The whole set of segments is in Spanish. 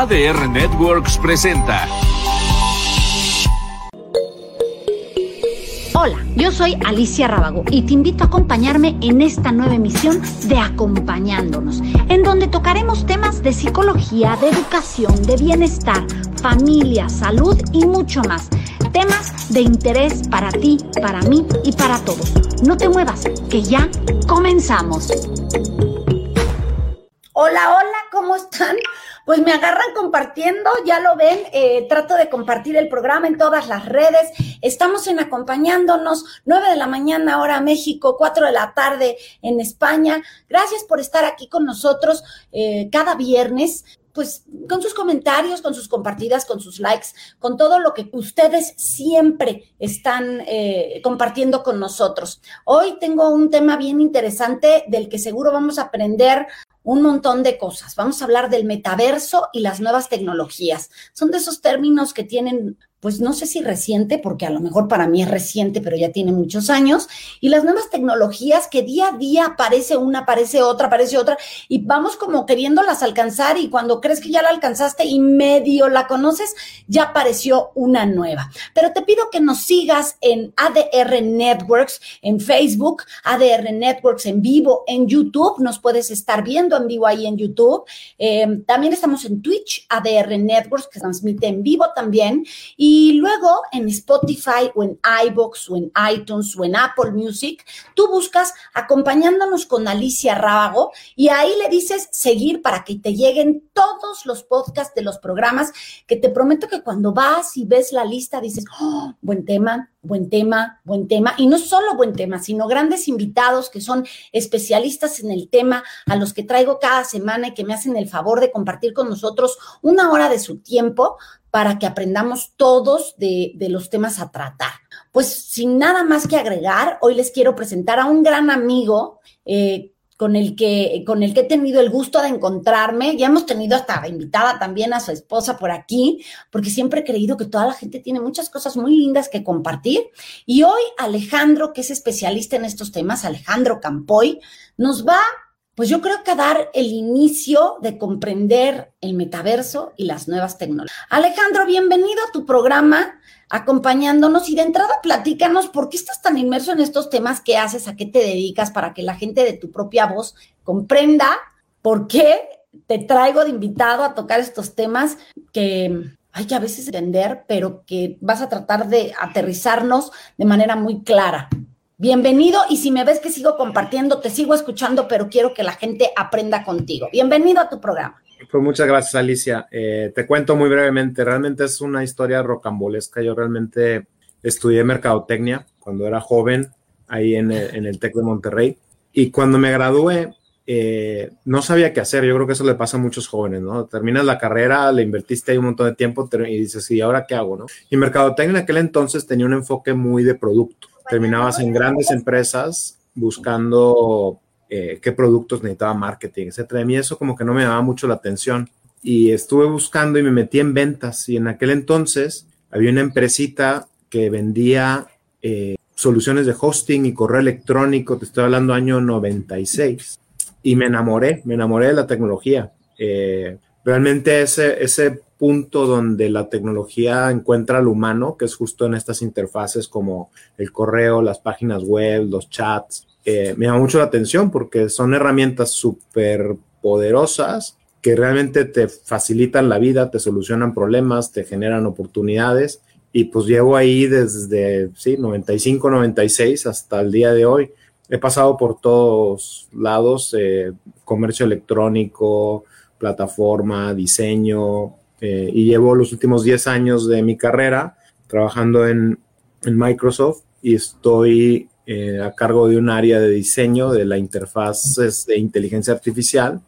ADR Networks presenta. Hola, yo soy Alicia Rábago y te invito a acompañarme en esta nueva emisión de Acompañándonos, en donde tocaremos temas de psicología, de educación, de bienestar, familia, salud y mucho más. Temas de interés para ti, para mí y para todos. No te muevas, que ya comenzamos. Hola, hola, ¿cómo están? Pues me agarran compartiendo, ya lo ven, trato de compartir el programa en todas las redes. Estamos en Acompañándonos, 9 de la mañana hora México, 4 de la tarde en España. Gracias por estar aquí con nosotros cada viernes, pues con sus comentarios, con sus compartidas, con sus likes, con todo lo que ustedes siempre están compartiendo con nosotros. Hoy tengo un tema bien interesante del que seguro vamos a aprender un montón de cosas. Vamos a hablar del metaverso y las nuevas tecnologías. Son de esos términos que tienen, pues no sé si reciente, porque a lo mejor para mí es reciente, pero ya tiene muchos años. Y las nuevas tecnologías que día a día aparece una, aparece otra, y vamos como queriéndolas alcanzar, y cuando crees que ya la alcanzaste y medio la conoces, ya apareció una nueva. Pero te pido que nos sigas en ADR Networks, en Facebook, ADR Networks en vivo, en YouTube, nos puedes estar viendo en vivo ahí en YouTube. También estamos en Twitch, ADR Networks, que transmite en vivo también. Y luego en Spotify o en iVoox o en iTunes o en Apple Music, tú buscas Acompañándonos con Alicia Rábago y ahí le dices seguir para que te lleguen todos los podcasts de los programas, que te prometo que cuando vas y ves la lista dices, oh, buen tema. Y no solo buen tema, sino grandes invitados que son especialistas en el tema, a los que traigo cada semana y que me hacen el favor de compartir con nosotros una hora de su tiempo para que aprendamos todos de los temas a tratar. Pues sin nada más que agregar, hoy les quiero presentar a un gran amigo con el que he tenido el gusto de encontrarme. Ya hemos tenido hasta invitada también a su esposa por aquí, porque siempre he creído que toda la gente tiene muchas cosas muy lindas que compartir. Y hoy Alejandro, que es especialista en estos temas, Alejandro Campoy, nos va, pues yo creo que a dar el inicio de comprender el metaverso y las nuevas tecnologías. Alejandro, bienvenido a tu programa Acompañándonos, y de entrada platícanos por qué estás tan inmerso en estos temas, qué haces, a qué te dedicas, para que la gente de tu propia voz comprenda por qué te traigo de invitado a tocar estos temas que hay que a veces entender, pero que vas a tratar de aterrizarnos de manera muy clara. Bienvenido, y si me ves que sigo compartiendo, te sigo escuchando, pero quiero que la gente aprenda contigo. Bienvenido a tu programa. Pues muchas gracias, Alicia. Te cuento muy brevemente. Realmente es una historia rocambolesca. Yo realmente estudié mercadotecnia cuando era joven, ahí en el TEC de Monterrey. Y cuando me gradué, no sabía qué hacer. Yo creo que eso le pasa a muchos jóvenes, ¿no? Terminas la carrera, le invertiste ahí un montón de tiempo y dices, ¿y ahora qué hago, no? Y mercadotecnia en aquel entonces tenía un enfoque muy de producto. Terminabas en grandes empresas buscando qué productos necesitaba marketing, etcétera. A mí eso como que no me daba mucho la atención. Y estuve buscando y me metí en ventas. Y en aquel entonces había una empresita que vendía soluciones de hosting y correo electrónico. Te estoy hablando año 96. Y me enamoré de la tecnología. Realmente ese punto donde la tecnología encuentra al humano, que es justo en estas interfaces como el correo, las páginas web, los chats, me llama mucho la atención porque son herramientas súper poderosas que realmente te facilitan la vida, te solucionan problemas, te generan oportunidades. Y pues llevo ahí desde 95, 96 hasta el día de hoy. He pasado por todos lados, comercio electrónico, plataforma, diseño, y llevo los últimos 10 años de mi carrera trabajando en Microsoft, y estoy a cargo de un área de diseño de la interfaz de inteligencia artificial.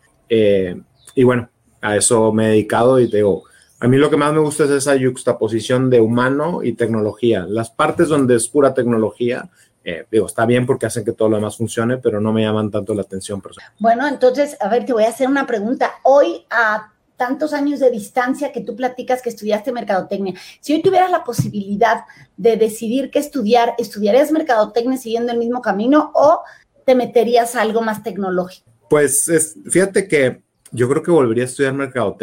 Y bueno, a eso me he dedicado, y digo, a mí lo que más me gusta es esa yuxtaposición de humano y tecnología. Las partes donde es pura tecnología, está bien porque hacen que todo lo demás funcione, pero no me llaman tanto la atención personal. Bueno, entonces, a ver, te voy a hacer una pregunta. Hoy, a tantos años de distancia que tú platicas que estudiaste mercadotecnia, si hoy tuvieras la posibilidad de decidir qué estudiar, ¿estudiarías mercadotecnia siguiendo el mismo camino o te meterías a algo más tecnológico? Pues fíjate que yo creo que volvería a estudiar mercadotecnia.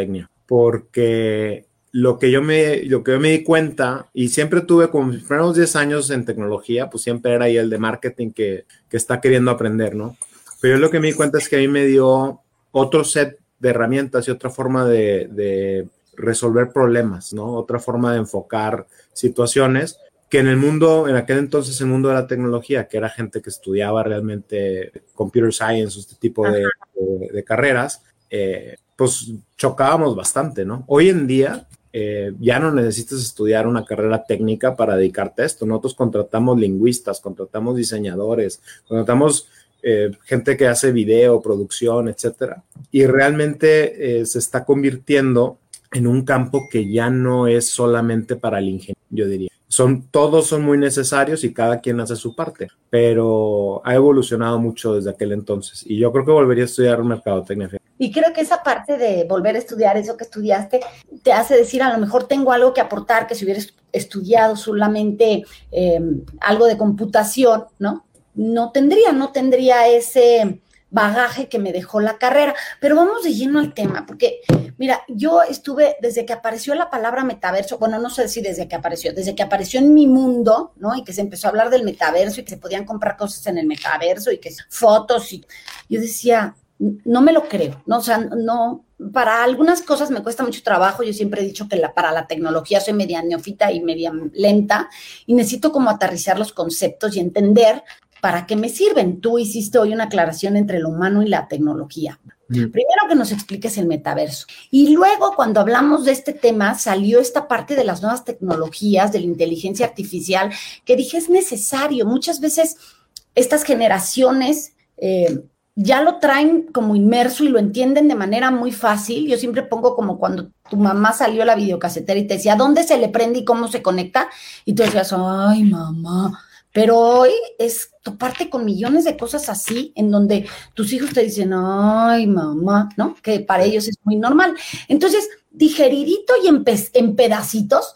porque lo que yo me di cuenta, y siempre tuve como mis primeros 10 años en tecnología, pues siempre era ahí el de marketing que está queriendo aprender, ¿no? Pero yo lo que me di cuenta es que a mí me dio otro set de herramientas y otra forma de resolver problemas, ¿no? Otra forma de enfocar situaciones que en aquel entonces el mundo de la tecnología, que era gente que estudiaba realmente computer science, este tipo de carreras, pues chocábamos bastante, ¿no? Hoy en día ya no necesitas estudiar una carrera técnica para dedicarte a esto. Nosotros contratamos lingüistas, contratamos diseñadores, contratamos gente que hace video, producción, etcétera. Y realmente se está convirtiendo en un campo que ya no es solamente para el ingeniero, yo diría. Todos son muy necesarios y cada quien hace su parte, pero ha evolucionado mucho desde aquel entonces. Y yo creo que volvería a estudiar mercadotecnia. Y creo que esa parte de volver a estudiar eso que estudiaste te hace decir, a lo mejor tengo algo que aportar, que si hubieras estudiado solamente algo de computación, ¿no? No tendría ese bagaje que me dejó la carrera. Pero vamos de lleno al tema, porque mira, yo estuve desde que apareció la palabra metaverso, bueno, no sé si desde que apareció en mi mundo, ¿no? Y que se empezó a hablar del metaverso y que se podían comprar cosas en el metaverso y que fotos, y yo decía, no me lo creo, ¿no? O sea, no, para algunas cosas me cuesta mucho trabajo. Yo siempre he dicho que para la tecnología soy media neófita y media lenta y necesito como aterrizar los conceptos y entender para qué me sirven. Tú hiciste hoy una aclaración entre lo humano y la tecnología. Primero que nos expliques el metaverso. Y luego, cuando hablamos de este tema, salió esta parte de las nuevas tecnologías, de la inteligencia artificial, que dije es necesario. Muchas veces estas generaciones ya lo traen como inmerso y lo entienden de manera muy fácil. Yo siempre pongo como cuando tu mamá salió a la videocasetera y te decía, ¿dónde se le prende y cómo se conecta? Y tú decías, ay, mamá. Pero hoy es toparte con millones de cosas así, en donde tus hijos te dicen, ay, mamá, ¿no? Que para ellos es muy normal. Entonces, digeridito y en pedacitos,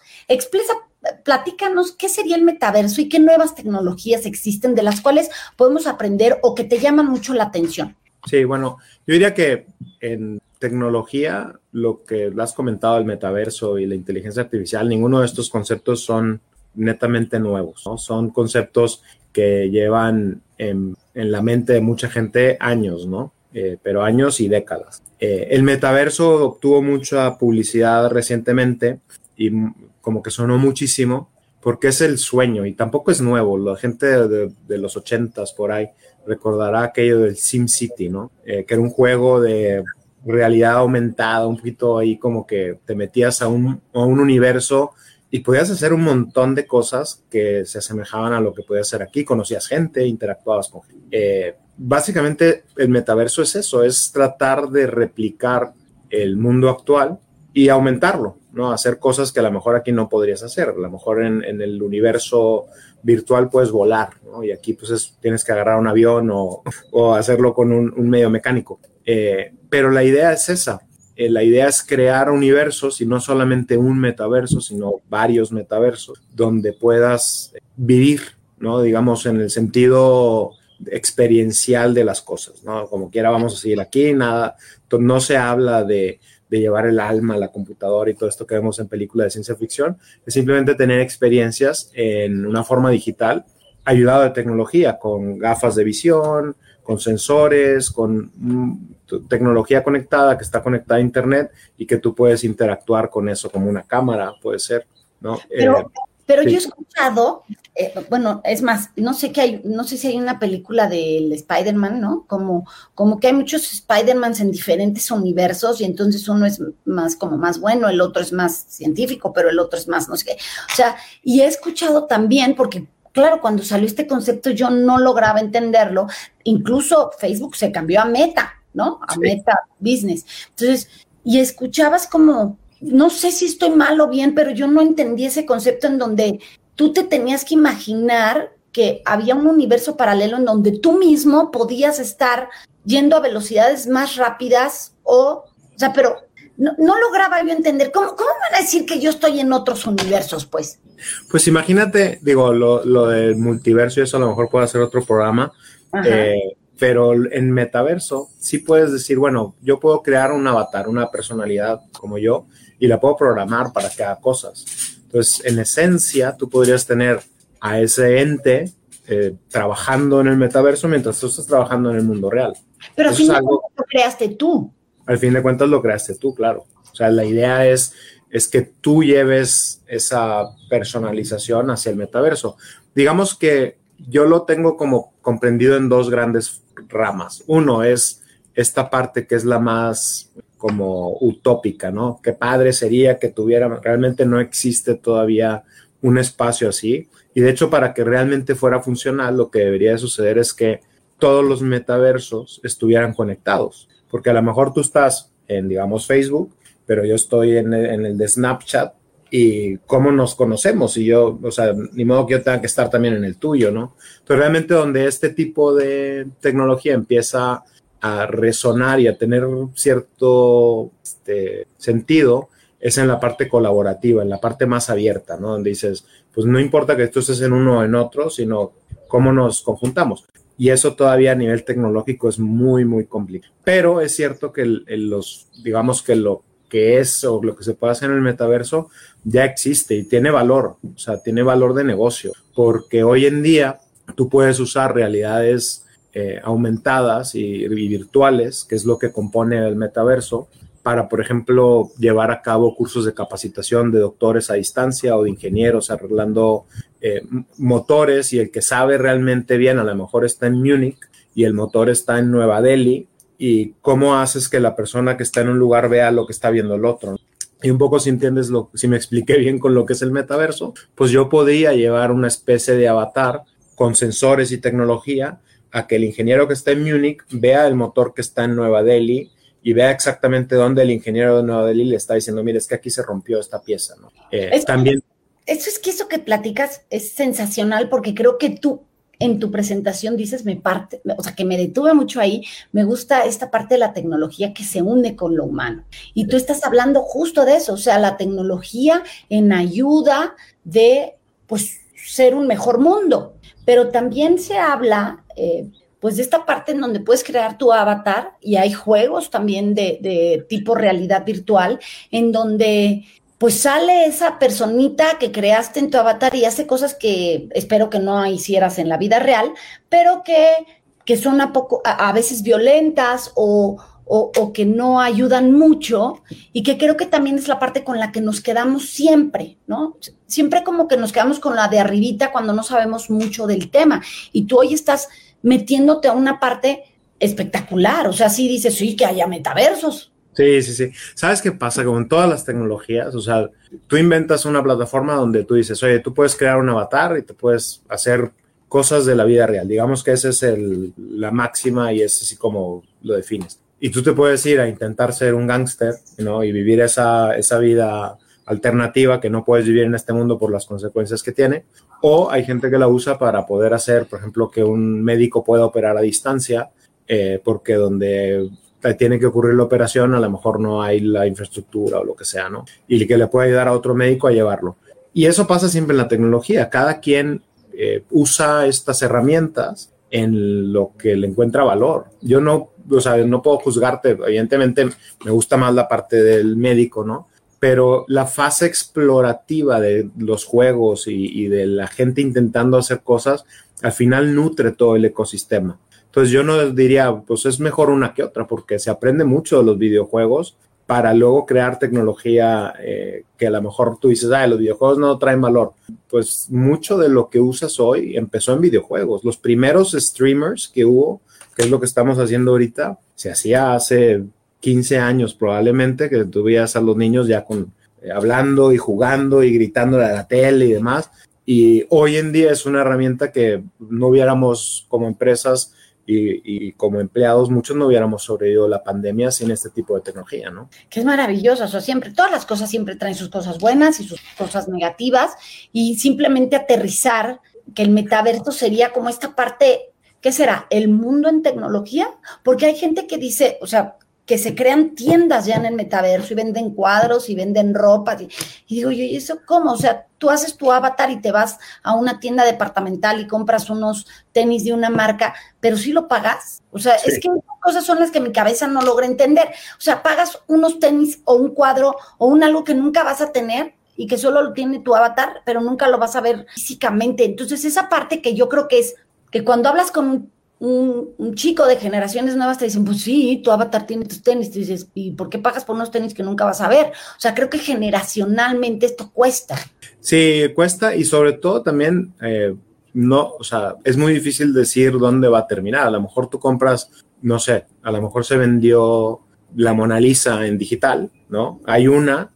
platícanos qué sería el metaverso y qué nuevas tecnologías existen de las cuales podemos aprender o que te llaman mucho la atención. Sí, bueno, yo diría que en tecnología, lo que has comentado, el metaverso y la inteligencia artificial, ninguno de estos conceptos son netamente nuevos, ¿no? Son conceptos que llevan en la mente de mucha gente años, ¿no? Pero años y décadas. El metaverso obtuvo mucha publicidad recientemente y como que sonó muchísimo porque es el sueño y tampoco es nuevo. La gente de los 80s por ahí recordará aquello del SimCity, ¿no? Que era un juego de realidad aumentada, un poquito ahí como que te metías a un universo y podías hacer un montón de cosas que se asemejaban a lo que podías hacer aquí. Conocías gente, interactuabas con gente. Básicamente, el metaverso es eso, es tratar de replicar el mundo actual y aumentarlo, ¿no? Hacer cosas que a lo mejor aquí no podrías hacer. A lo mejor en el universo virtual puedes volar, ¿no? Y aquí pues tienes que agarrar un avión o hacerlo con un medio mecánico. Pero la idea es esa. La idea es crear universos y no solamente un metaverso, sino varios metaversos donde puedas vivir, ¿no? Digamos, en el sentido experiencial de las cosas, ¿no? Como quiera vamos a seguir aquí, nada, no se habla de llevar el alma a la computadora y todo esto que vemos en películas de ciencia ficción, es simplemente tener experiencias en una forma digital, ayudado de tecnología, con gafas de visión, con sensores, con tecnología conectada que está conectada a internet y que tú puedes interactuar con eso como una cámara, puede ser, ¿no? Pero sí. Yo he escuchado, bueno, es más, no sé si hay una película del Spider-Man, ¿no? Como que hay muchos Spider-Mans en diferentes universos y entonces uno es más bueno, el otro es más científico, pero el otro es más no sé qué. O sea, y he escuchado también, porque claro, cuando salió este concepto yo no lograba entenderlo, incluso Facebook se cambió a Meta, ¿no? A Meta Business. Entonces, y escuchabas como, no sé si estoy mal o bien, pero yo no entendí ese concepto en donde tú te tenías que imaginar que había un universo paralelo en donde tú mismo podías estar yendo a velocidades más rápidas o sea, pero no lograba yo entender, ¿cómo van a decir que yo estoy en otros universos, pues? Pues imagínate, digo, lo del multiverso y eso a lo mejor puede hacer otro programa. Pero en metaverso sí puedes decir, bueno, yo puedo crear un avatar, una personalidad como yo, y la puedo programar para que haga cosas. Entonces, en esencia, tú podrías tener a ese ente trabajando en el metaverso mientras tú estás trabajando en el mundo real. Pero al fin de cuentas lo creaste tú. Al fin de cuentas lo creaste tú, claro. O sea, la idea es que tú lleves esa personalización hacia el metaverso. Digamos que yo lo tengo como comprendido en dos grandes ramas. Uno es esta parte que es la más como utópica, ¿no? Qué padre sería que tuviera, realmente no existe todavía un espacio así. Y de hecho, para que realmente fuera funcional, lo que debería de suceder es que todos los metaversos estuvieran conectados. Porque a lo mejor tú estás en, digamos, Facebook, pero yo estoy en el de Snapchat, y cómo nos conocemos, y yo, o sea, ni modo que yo tenga que estar también en el tuyo, ¿no? Entonces, realmente donde este tipo de tecnología empieza a resonar y a tener cierto sentido es en la parte colaborativa, en la parte más abierta, ¿no? Donde dices, pues no importa que tú estés en uno o en otro, sino cómo nos conjuntamos. Y eso todavía a nivel tecnológico es muy, muy complicado. Pero es cierto que digamos que lo que es o lo que se puede hacer en el metaverso ya existe y tiene valor, o sea, tiene valor de negocio, porque hoy en día tú puedes usar realidades aumentadas y virtuales, que es lo que compone el metaverso, para, por ejemplo, llevar a cabo cursos de capacitación de doctores a distancia o de ingenieros arreglando motores, y el que sabe realmente bien a lo mejor está en Múnich y el motor está en Nueva Delhi. Y cómo haces que la persona que está en un lugar vea lo que está viendo el otro. Y un poco si entiendes, si me expliqué bien con lo que es el metaverso, pues yo podría llevar una especie de avatar con sensores y tecnología a que el ingeniero que está en Múnich vea el motor que está en Nueva Delhi y vea exactamente dónde el ingeniero de Nueva Delhi le está diciendo, mire, es que aquí se rompió esta pieza, ¿no? También. Eso que platicas es sensacional, porque creo que tú en tu presentación dices, o sea, que me detuve mucho ahí, me gusta esta parte de la tecnología que se une con lo humano. Y tú estás hablando justo de eso, o sea, la tecnología en ayuda de, pues, ser un mejor mundo. Pero también se habla, pues, de esta parte en donde puedes crear tu avatar, y hay juegos también de tipo realidad virtual, en donde pues sale esa personita que creaste en tu avatar y hace cosas que espero que no hicieras en la vida real, pero que son a veces violentas o que no ayudan mucho, y que creo que también es la parte con la que nos quedamos siempre, ¿no? Siempre como que nos quedamos con la de arribita cuando no sabemos mucho del tema, y tú hoy estás metiéndote a una parte espectacular, o sea, sí dices, sí, que haya metaversos. Sí. ¿Sabes qué pasa? Como en todas las tecnologías, o sea, tú inventas una plataforma donde tú dices, oye, tú puedes crear un avatar y te puedes hacer cosas de la vida real. Digamos que esa es la máxima y es así como lo defines. Y tú te puedes ir a intentar ser un gángster, ¿no? Y vivir esa vida alternativa que no puedes vivir en este mundo por las consecuencias que tiene. O hay gente que la usa para poder hacer, por ejemplo, que un médico pueda operar a distancia, porque donde tiene que ocurrir la operación, a lo mejor no hay la infraestructura o lo que sea, ¿no? Y que le puede ayudar a otro médico a llevarlo. Y eso pasa siempre en la tecnología. Cada quien usa estas herramientas en lo que le encuentra valor. Yo no puedo juzgarte. Evidentemente me gusta más la parte del médico, ¿no? Pero la fase explorativa de los juegos y de la gente intentando hacer cosas, al final nutre todo el ecosistema. Entonces yo no diría, pues es mejor una que otra, porque se aprende mucho de los videojuegos para luego crear tecnología que a lo mejor tú dices, los videojuegos no traen valor. Pues mucho de lo que usas hoy empezó en videojuegos. Los primeros streamers que hubo, que es lo que estamos haciendo ahorita, se hacía hace 15 años probablemente, que tú veías a los niños ya hablando y jugando y gritando a la tele y demás. Y hoy en día es una herramienta que no hubiéramos como empresas y como empleados, muchos no hubiéramos sobrevivido la pandemia sin este tipo de tecnología, ¿no? Que es maravilloso, o sea, siempre, todas las cosas siempre traen sus cosas buenas y sus cosas negativas, y simplemente aterrizar que el metaverso sería como esta parte, ¿qué será? ¿El mundo en tecnología? Porque hay gente que dice, o sea, que se crean tiendas ya en el metaverso y venden cuadros y venden ropa. Y digo, ¿y eso cómo? O sea, tú haces tu avatar y te vas a una tienda departamental y compras unos tenis de una marca, pero sí lo pagas. O sea, sí. Es que esas cosas son las que mi cabeza no logra entender. O sea, pagas unos tenis o un cuadro o un algo que nunca vas a tener y que solo lo tiene tu avatar, pero nunca lo vas a ver físicamente. Entonces, esa parte que yo creo que es que cuando hablas con un chico de generaciones nuevas te dicen, pues sí, tu avatar tiene tus tenis, tú dices, ¿y por qué pagas por unos tenis que nunca vas a ver? O sea, creo que generacionalmente esto cuesta. Sí, cuesta y sobre todo también, no, o sea, es muy difícil decir dónde va a terminar. A lo mejor tú compras, no sé, a lo mejor se vendió la Mona Lisa en digital, ¿no? Hay una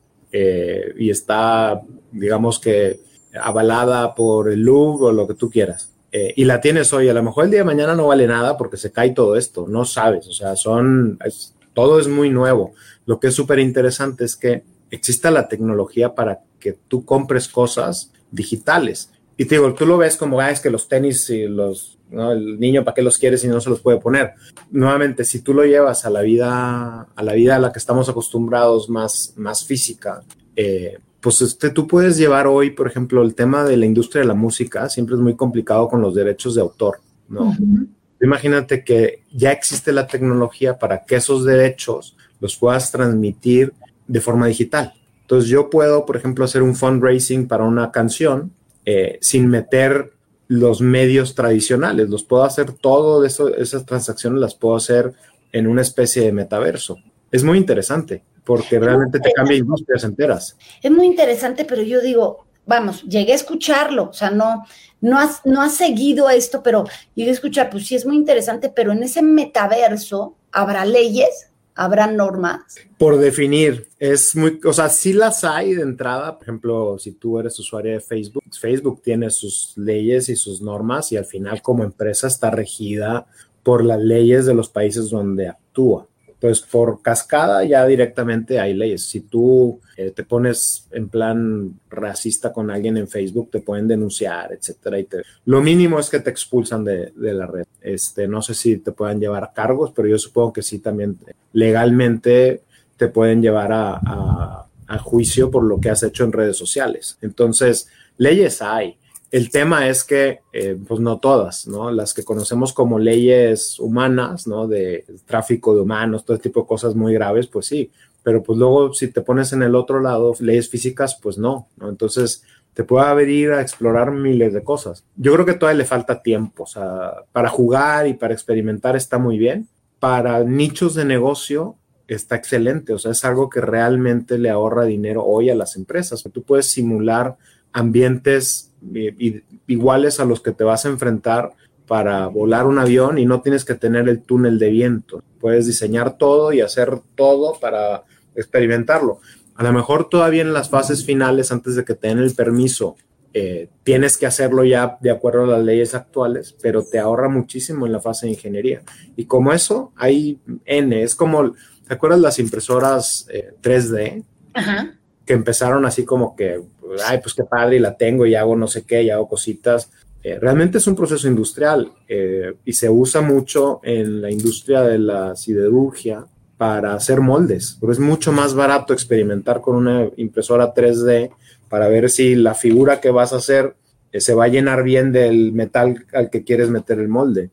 y está, digamos que avalada por el Louvre o lo que tú quieras. Y la tienes hoy, a lo mejor el día de mañana no vale nada porque se cae todo esto, no sabes, o sea, todo es muy nuevo. Lo que es súper interesante es que exista la tecnología para que tú compres cosas digitales. Y te digo, tú lo ves como, es que los tenis y ¿no? El niño, ¿para qué los quiere si no se los puede poner? Nuevamente, si tú lo llevas a la vida a la que estamos acostumbrados más física, pues tú puedes llevar hoy, por ejemplo, el tema de la industria de la música, siempre es muy complicado con los derechos de autor, ¿no? Uh-huh. Imagínate que ya existe la tecnología para que esos derechos los puedas transmitir de forma digital. Entonces yo puedo, por ejemplo, hacer un fundraising para una canción sin meter los medios tradicionales. Los puedo hacer todo eso, esas transacciones las puedo hacer en una especie de metaverso. Es muy interesante. Porque realmente te cambia industrias enteras. Es muy interesante, pero yo digo, vamos, llegué a escucharlo, o sea, no has seguido esto, pero llegué a escuchar, pues sí es muy interesante, pero en ese metaverso habrá leyes, habrá normas. Por definir, o sea, sí las hay de entrada. Por ejemplo, si tú eres usuario de Facebook tiene sus leyes y sus normas y al final como empresa está regida por las leyes de los países donde actúa. Entonces, por cascada ya directamente hay leyes. Si tú te pones en plan racista con alguien en Facebook, te pueden denunciar, etcétera. Lo mínimo es que te expulsan de la red. No sé si te puedan llevar a cargos, pero yo supongo que sí también legalmente te pueden llevar a juicio por lo que has hecho en redes sociales. Entonces, leyes hay. El tema es que, pues no todas, ¿no? Las que conocemos como leyes humanas, ¿no? De tráfico de humanos, todo tipo de cosas muy graves, pues sí. Pero pues luego si te pones en el otro lado, leyes físicas, pues no, ¿no? Entonces te puede abrir a explorar miles de cosas. Yo creo que todavía le falta tiempo, o sea, para jugar y para experimentar está muy bien. Para nichos de negocio está excelente, o sea, es algo que realmente le ahorra dinero hoy a las empresas. Tú puedes simular ambientes iguales a los que te vas a enfrentar para volar un avión y no tienes que tener el túnel de viento. Puedes diseñar todo y hacer todo para experimentarlo. A lo mejor todavía en las fases finales, antes de que te den el permiso, tienes que hacerlo ya de acuerdo a las leyes actuales, pero te ahorra muchísimo en la fase de ingeniería. Y como eso, hay N. Es como, ¿te acuerdas las impresoras 3D? Ajá. Que empezaron así como que, pues qué padre, y la tengo y hago no sé qué, y hago cositas. Realmente es un proceso industrial y se usa mucho en la industria de la siderurgia para hacer moldes, pero es mucho más barato experimentar con una impresora 3D para ver si la figura que vas a hacer se va a llenar bien del metal al que quieres meter el molde.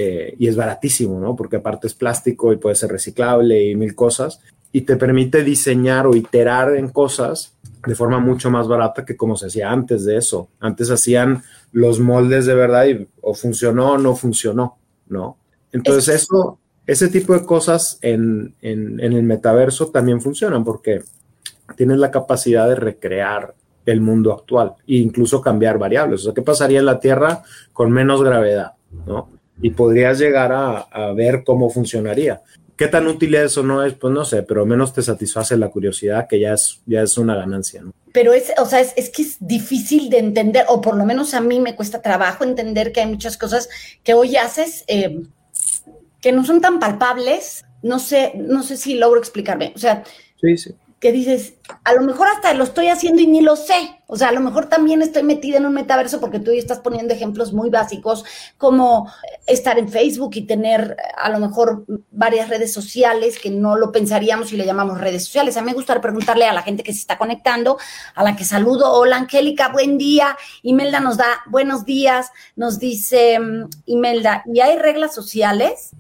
Y es baratísimo, ¿no? Porque aparte es plástico y puede ser reciclable y mil cosas. Y te permite diseñar o iterar en cosas de forma mucho más barata que como se hacía antes de eso. Antes hacían los moldes de verdad y o funcionó o no funcionó, ¿no? Entonces ese tipo de cosas en el metaverso también funcionan porque tienes la capacidad de recrear el mundo actual e incluso cambiar variables. O sea, ¿qué pasaría en la Tierra con menos gravedad, ¿no? Y podrías llegar a ver cómo funcionaría. ¿Qué tan útil eso no es? Pues no sé, pero menos te satisface la curiosidad, que ya es una ganancia, ¿no? Pero es que es difícil de entender, o por lo menos a mí me cuesta trabajo entender que hay muchas cosas que hoy haces que no son tan palpables. No sé si logro explicarme. O sea, sí. que dices, a lo mejor hasta lo estoy haciendo y ni lo sé. O sea, a lo mejor también estoy metida en un metaverso porque tú ya estás poniendo ejemplos muy básicos como estar en Facebook y tener a lo mejor varias redes sociales que no lo pensaríamos si le llamamos redes sociales. A mí me gustaría preguntarle a la gente que se está conectando, a la que saludo. Hola, Angélica, buen día. Imelda nos da buenos días. Nos dice Imelda, ¿y hay reglas sociales?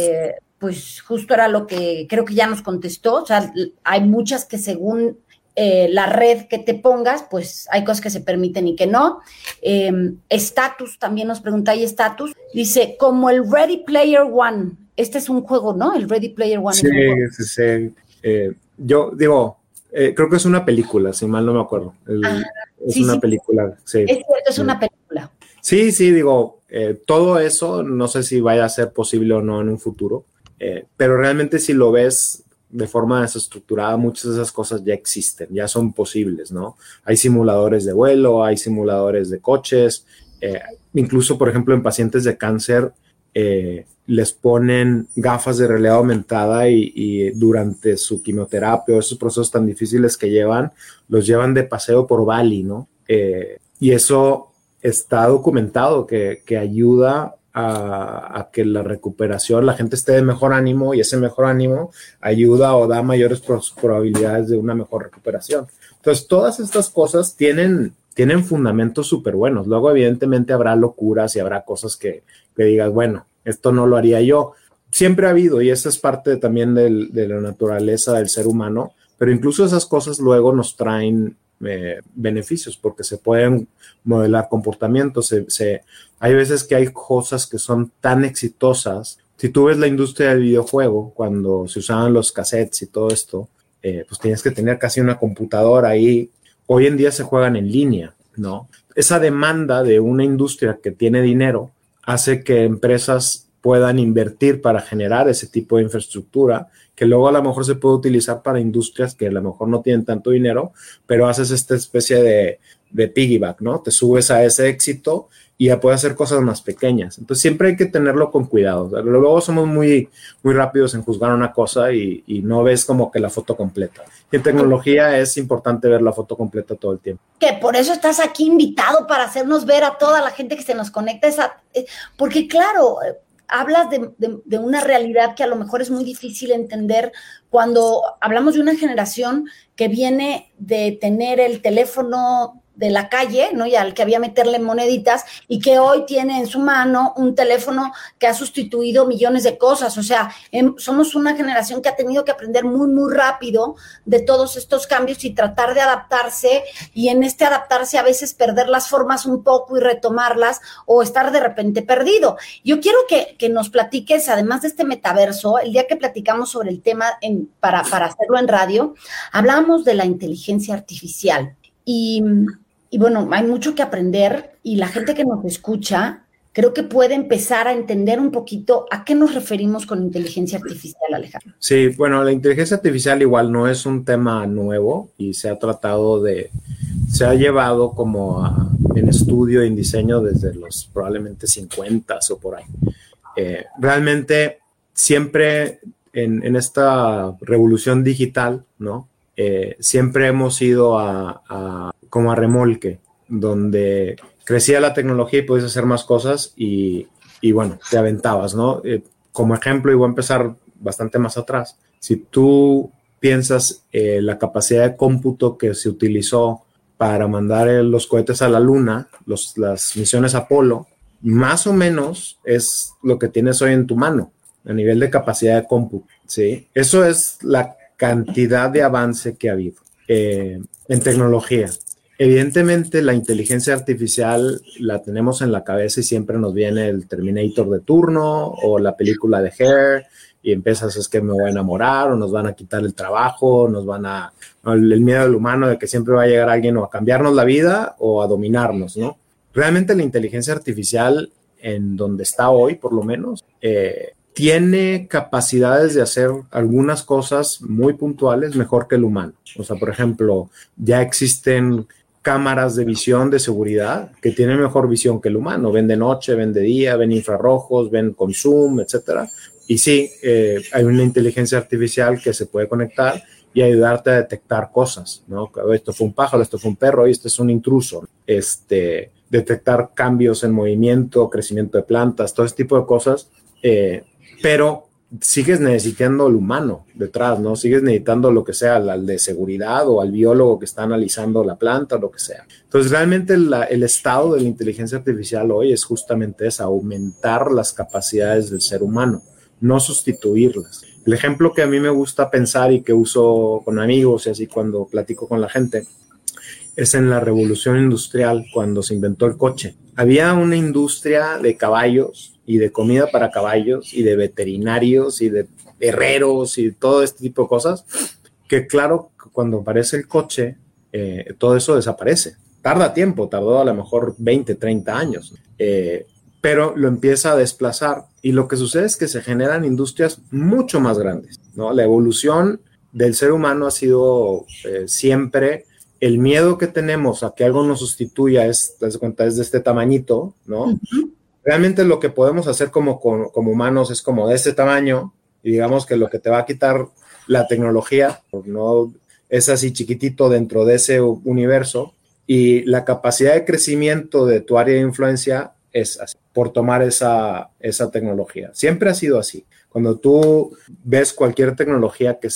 Pues justo era lo que creo que ya nos contestó. O sea, hay muchas que según la red que te pongas, pues hay cosas que se permiten y que no. Estatus, también nos pregunta, ¿hay estatus? Dice, como el Ready Player One. Este es un juego, ¿no? El Ready Player One. Sí, sí. Yo digo, creo que es una película, si mal no me acuerdo. Es una película, sí. Es cierto, es una película. Sí, digo, todo eso no sé si vaya a ser posible o no en un futuro, pero realmente si lo ves de forma desestructurada, muchas de esas cosas ya existen, ya son posibles, ¿no? Hay simuladores de vuelo, hay simuladores de coches, incluso, por ejemplo, en pacientes de cáncer les ponen gafas de realidad aumentada y durante su quimioterapia o esos procesos tan difíciles que llevan, los llevan de paseo por Bali, ¿no? Y eso está documentado que ayuda a que la recuperación, la gente esté de mejor ánimo y ese mejor ánimo ayuda o da mayores probabilidades de una mejor recuperación. Entonces, todas estas cosas tienen fundamentos súper buenos. Luego, evidentemente, habrá locuras y habrá cosas que digas, bueno, esto no lo haría yo. Siempre ha habido, y esa es parte también de la naturaleza del ser humano, pero incluso esas cosas luego nos traen beneficios porque se pueden modelar comportamientos. Hay veces que hay cosas que son tan exitosas. Si tú ves la industria del videojuego, cuando se usaban los cassettes y todo esto, pues tienes que tener casi una computadora ahí. Hoy en día se juegan en línea, ¿no? Esa demanda de una industria que tiene dinero hace que empresas puedan invertir para generar ese tipo de infraestructura que luego a lo mejor se puede utilizar para industrias que a lo mejor no tienen tanto dinero, pero haces esta especie de piggyback, ¿no? Te subes a ese éxito y ya puedes hacer cosas más pequeñas. Entonces siempre hay que tenerlo con cuidado. O sea, luego somos muy, muy rápidos en juzgar una cosa y no ves como que la foto completa. Y en tecnología es importante ver la foto completa todo el tiempo. Que por eso estás aquí invitado para hacernos ver a toda la gente que se nos conecta. Porque claro, hablas de una realidad que a lo mejor es muy difícil entender cuando hablamos de una generación que viene de tener el teléfono de la calle, ¿no? Y al que había meterle moneditas y que hoy tiene en su mano un teléfono que ha sustituido millones de cosas. O sea, somos una generación que ha tenido que aprender muy, muy rápido de todos estos cambios y tratar de adaptarse, y en este adaptarse a veces perder las formas un poco y retomarlas o estar de repente perdido. Yo quiero que nos platiques, además de este metaverso, el día que platicamos sobre el tema para hacerlo en radio, hablábamos de la inteligencia artificial y bueno, hay mucho que aprender y la gente que nos escucha creo que puede empezar a entender un poquito a qué nos referimos con inteligencia artificial, Alejandro. Sí, bueno, la inteligencia artificial igual no es un tema nuevo y se ha llevado como en estudio y en diseño desde los probablemente 50s o por ahí. Realmente siempre en esta revolución digital, ¿no? Siempre hemos ido como a remolque, donde crecía la tecnología y podías hacer más cosas y bueno, te aventabas, ¿no? Como ejemplo, y voy a empezar bastante más atrás, si tú piensas la capacidad de cómputo que se utilizó para mandar los cohetes a la Luna, las misiones Apolo, más o menos es lo que tienes hoy en tu mano, a nivel de capacidad de cómputo, ¿sí? Eso es la cantidad de avance que ha habido en tecnología. Evidentemente, la inteligencia artificial la tenemos en la cabeza y siempre nos viene el Terminator de turno o la película de Hair y empiezas, es que me voy a enamorar o nos van a quitar el trabajo, el miedo del humano de que siempre va a llegar alguien o a cambiarnos la vida o a dominarnos, ¿no? Realmente la inteligencia artificial, en donde está hoy, por lo menos, tiene capacidades de hacer algunas cosas muy puntuales mejor que el humano. O sea, por ejemplo, ya existen cámaras de visión de seguridad que tienen mejor visión que el humano. Ven de noche, ven de día, ven infrarrojos, ven con zoom, etcétera. Y sí, hay una inteligencia artificial que se puede conectar y ayudarte a detectar cosas, ¿no? Esto fue un pájaro, esto fue un perro, y esto es un intruso. Detectar cambios en movimiento, crecimiento de plantas, todo ese tipo de cosas, pero sigues necesitando el humano detrás, ¿no? Sigues necesitando lo que sea, al de seguridad o al biólogo que está analizando la planta, lo que sea. Entonces, realmente el estado de la inteligencia artificial hoy es justamente esa, aumentar las capacidades del ser humano, no sustituirlas. El ejemplo que a mí me gusta pensar y que uso con amigos y así cuando platico con la gente es en la revolución industrial, cuando se inventó el coche. Había una industria de caballos y de comida para caballos y de veterinarios y de herreros y todo este tipo de cosas, que claro, cuando aparece el coche, todo eso desaparece. Tarda tiempo, tardó a lo mejor 20, 30 años, pero lo empieza a desplazar y lo que sucede es que se generan industrias mucho más grandes, ¿no? La evolución del ser humano ha sido siempre el miedo que tenemos a que algo nos sustituya es de este tamañito, ¿no? Uh-huh. Realmente lo que podemos hacer como humanos es como de este tamaño y digamos que lo que te va a quitar la tecnología no es así chiquitito dentro de ese universo y la capacidad de crecimiento de tu área de influencia es así, por tomar esa tecnología. Siempre ha sido así. Cuando tú ves cualquier tecnología que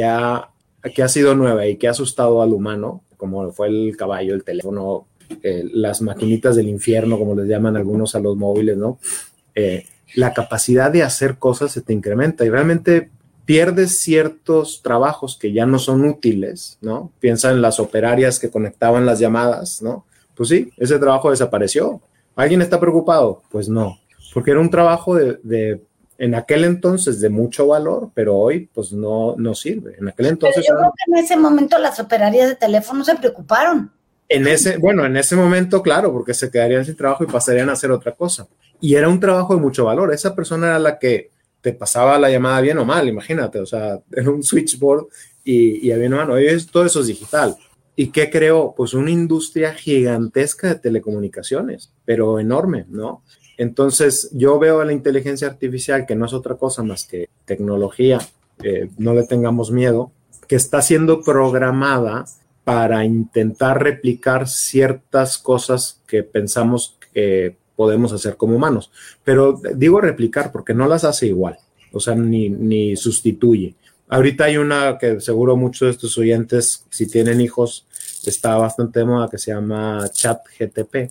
ha sido nueva y que ha asustado al humano, como fue el caballo, el teléfono, las maquinitas del infierno, como les llaman algunos a los móviles, ¿no? La capacidad de hacer cosas se te incrementa y realmente pierdes ciertos trabajos que ya no son útiles, ¿no? Piensa en las operarias que conectaban las llamadas, ¿no? Pues sí, ese trabajo desapareció. ¿Alguien está preocupado? Pues no, porque era un trabajo en aquel entonces de mucho valor, pero hoy pues no sirve. En aquel entonces... Pero yo creo que en ese momento las operarias de teléfono se preocuparon. En ese momento, claro, porque se quedarían sin trabajo y pasarían a hacer otra cosa. Y era un trabajo de mucho valor. Esa persona era la que te pasaba la llamada bien o mal, imagínate. O sea, era un switchboard y había una mano. Hoy todo eso es digital. ¿Y qué creó? Pues una industria gigantesca de telecomunicaciones, pero enorme, ¿no? Entonces, yo veo a la inteligencia artificial, que no es otra cosa más que tecnología, no le tengamos miedo, que está siendo programada para intentar replicar ciertas cosas que pensamos que podemos hacer como humanos. Pero digo replicar porque no las hace igual, o sea, ni sustituye. Ahorita hay una que seguro muchos de tus oyentes, si tienen hijos, está bastante de moda, que se llama ChatGPT.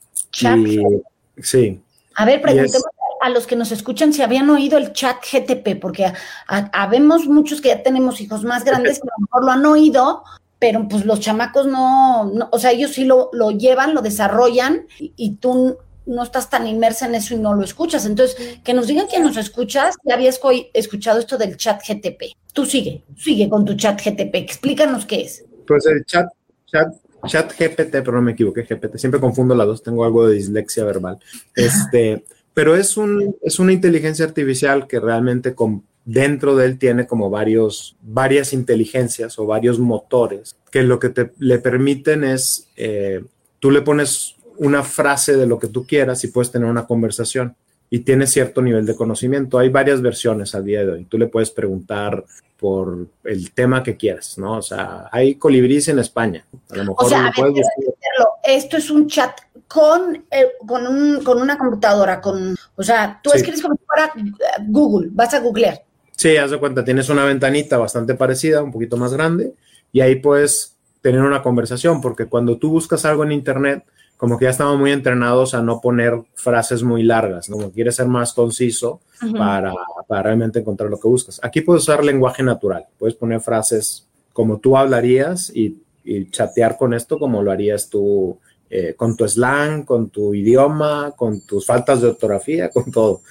Sí. A ver, preguntemos a los que nos escuchan si habían oído el ChatGPT, porque habemos muchos que ya tenemos hijos más grandes que a lo mejor lo han oído, pero pues los chamacos no, o sea, ellos sí lo llevan, lo desarrollan y tú no estás tan inmersa en eso y no lo escuchas. Entonces, que nos digan que nos escuchas, ya habías escuchado esto del ChatGPT. Tú sigue con tu ChatGPT, explícanos qué es. Pues el ChatGPT, pero no me equivoqué, GPT, siempre confundo las dos, tengo algo de dislexia verbal. Pero es una inteligencia artificial que realmente dentro de él tiene como varias inteligencias o varios motores que lo que le permiten es, tú le pones una frase de lo que tú quieras y puedes tener una conversación y tiene cierto nivel de conocimiento. Hay varias versiones al día de hoy. Tú le puedes preguntar por el tema que quieras, ¿no? O sea, hay colibrís en España. A lo mejor esto es un chat con una computadora, o sea, tú escribes como si fuera Google, vas a googlear. Sí, haz de cuenta, tienes una ventanita bastante parecida, un poquito más grande, y ahí puedes tener una conversación, porque cuando tú buscas algo en internet, como que ya estamos muy entrenados a no poner frases muy largas, ¿no? Como quieres ser más conciso para realmente encontrar lo que buscas. Aquí puedes usar lenguaje natural, puedes poner frases como tú hablarías y chatear con esto como lo harías tú, con tu slang, con tu idioma, con tus faltas de ortografía, con todo.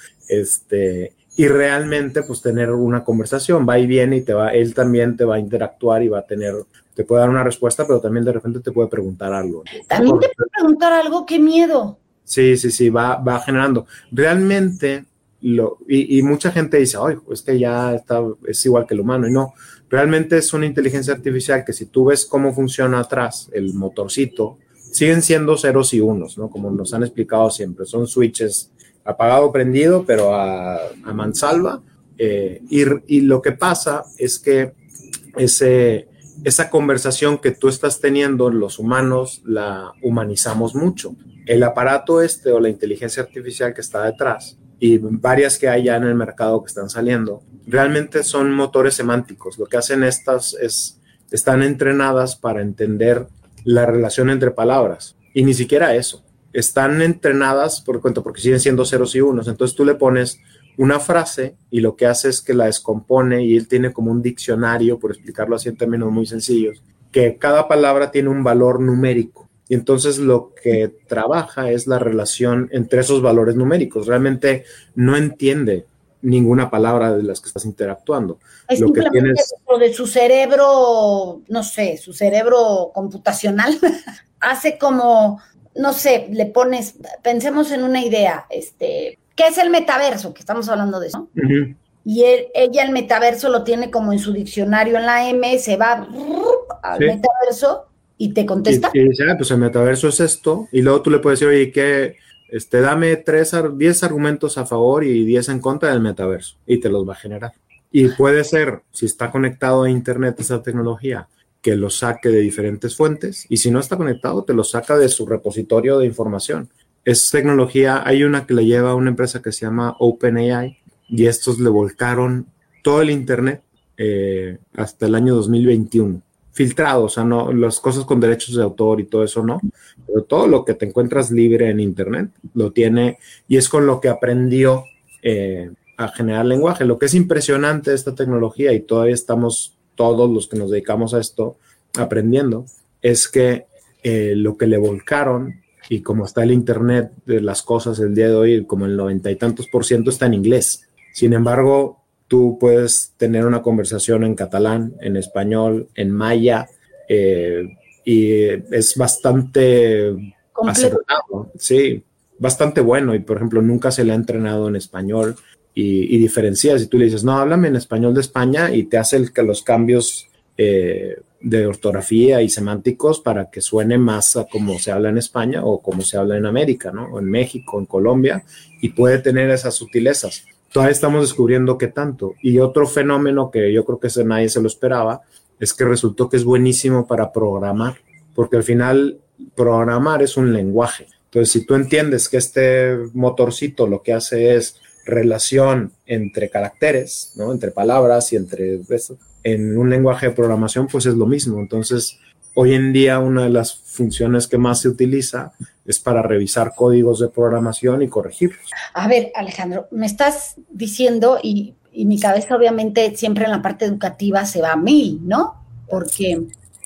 Y realmente pues tener una conversación, va y viene y él también te va a interactuar y te puede dar una respuesta, pero también de repente te puede preguntar algo. También te puede preguntar algo, qué miedo. Sí, va generando. Realmente, y mucha gente dice, ay, es que ya es igual que el humano, y no, realmente es una inteligencia artificial que si tú ves cómo funciona atrás, el motorcito, siguen siendo ceros y unos, ¿no? Como nos han explicado siempre, son switches apagado, prendido, pero a mansalva. Y lo que pasa es que esa conversación que tú estás teniendo, los humanos la humanizamos mucho. El aparato o la inteligencia artificial que está detrás y varias que hay ya en el mercado que están saliendo, realmente son motores semánticos. Lo que hacen están entrenadas para entender la relación entre palabras. Y ni siquiera eso. Están entrenadas porque siguen siendo ceros y unos. Entonces tú le pones una frase y lo que hace es que la descompone y él tiene como un diccionario, por explicarlo así en términos muy sencillos, que cada palabra tiene un valor numérico. Y entonces lo que trabaja es la relación entre esos valores numéricos. Realmente no entiende ninguna palabra de las que estás interactuando. Es lo que tienes de su cerebro, no sé, su cerebro computacional, hace como, no sé, le pones, pensemos en una idea, ¿qué es el metaverso? Que estamos hablando de eso, ¿no? Uh-huh. Y ella el metaverso lo tiene como en su diccionario en la M, se va al metaverso y te contesta. Y dice, pues el metaverso es esto, y luego tú le puedes decir, oye, ¿qué? Dame 10 argumentos a favor y 10 en contra del metaverso, y te los va a generar. Y puede ser, si está conectado a internet esa tecnología, que lo saque de diferentes fuentes, y si no está conectado, te lo saca de su repositorio de información. Es tecnología, hay una que le lleva a una empresa que se llama OpenAI, y estos le volcaron todo el internet hasta el año 2021. Filtrado, o sea, no, las cosas con derechos de autor y todo eso no, pero todo lo que te encuentras libre en internet lo tiene y es con lo que aprendió a generar lenguaje. Lo que es impresionante de esta tecnología y todavía estamos todos los que nos dedicamos a esto aprendiendo es que lo que le volcaron y como está el internet de las cosas el día de hoy, como el 90 y tantos % está en inglés. Sin embargo, tú puedes tener una conversación en catalán, en español, en maya, y es bastante acertado, sí, bastante bueno. Y, por ejemplo, nunca se le ha entrenado en español y diferencia. Si tú le dices, no, háblame en español de España y te hace los cambios de ortografía y semánticos para que suene más a como se habla en España o como se habla en América, ¿no? O en México, en Colombia, y puede tener esas sutilezas. Todavía estamos descubriendo qué tanto. Y otro fenómeno que yo creo que nadie se lo esperaba es que resultó que es buenísimo para programar, porque al final programar es un lenguaje. Entonces, si tú entiendes que este motorcito lo que hace es relación entre caracteres, ¿no? Entre palabras y entre eso, en un lenguaje de programación, pues es lo mismo. Entonces, hoy en día una de las funciones que más se utiliza es para revisar códigos de programación y corregirlos. A ver, Alejandro, me estás diciendo, y mi cabeza obviamente siempre en la parte educativa se va a 1000, ¿no? Porque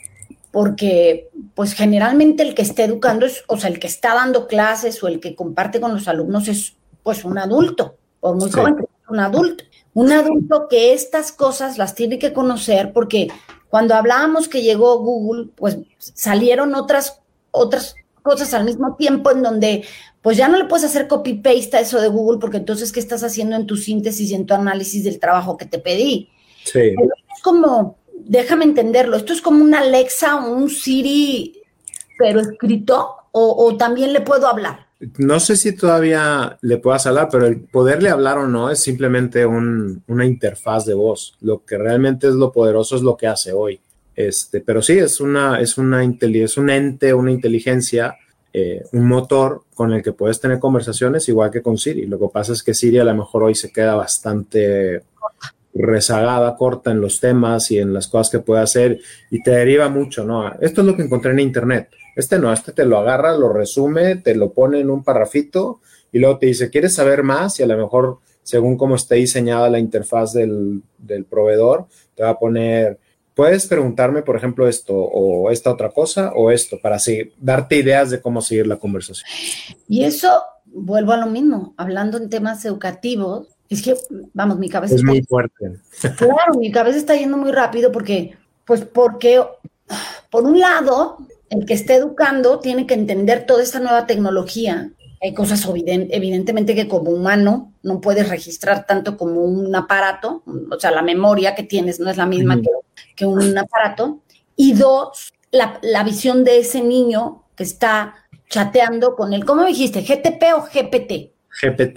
pues generalmente el que está educando o sea, el que está dando clases o el que comparte con los alumnos es pues un adulto, por muy joven que sea un adulto. Un adulto que estas cosas las tiene que conocer porque cuando hablábamos que llegó Google, pues salieron otras cosas al mismo tiempo en donde pues ya no le puedes hacer copy-paste a eso de Google porque entonces ¿qué estás haciendo en tu síntesis y en tu análisis del trabajo que te pedí? Sí. Es como, déjame entenderlo, esto es como un Alexa o un Siri, pero escrito o también le puedo hablar. No sé si todavía le puedas hablar, pero el poderle hablar o no es simplemente una interfaz de voz. Lo que realmente es lo poderoso es lo que hace hoy. Pero sí, es un ente, una inteligencia, un motor con el que puedes tener conversaciones igual que con Siri. Lo que pasa es que Siri a lo mejor hoy se queda bastante rezagada, corta en los temas y en las cosas que puede hacer y te deriva mucho, ¿no? Esto es lo que encontré en internet. Este te lo agarra, lo resume, te lo pone en un parrafito y luego te dice, ¿quieres saber más? Y a lo mejor, según cómo esté diseñada la interfaz del proveedor, te va a poner, puedes preguntarme, por ejemplo, esto o esta otra cosa o esto, para darte ideas de cómo seguir la conversación. Y eso, vuelvo a lo mismo, hablando en temas educativos, es que, vamos, mi cabeza es muy fuerte. Claro, mi cabeza está yendo muy rápido porque, por un lado, el que esté educando tiene que entender toda esta nueva tecnología. Hay cosas evidentemente que como humano no puedes registrar tanto como un aparato, o sea, la memoria que tienes no es la misma que un aparato. Y dos, la visión de ese niño que está chateando con él. ¿Cómo dijiste? ¿GTP o GPT? GPT.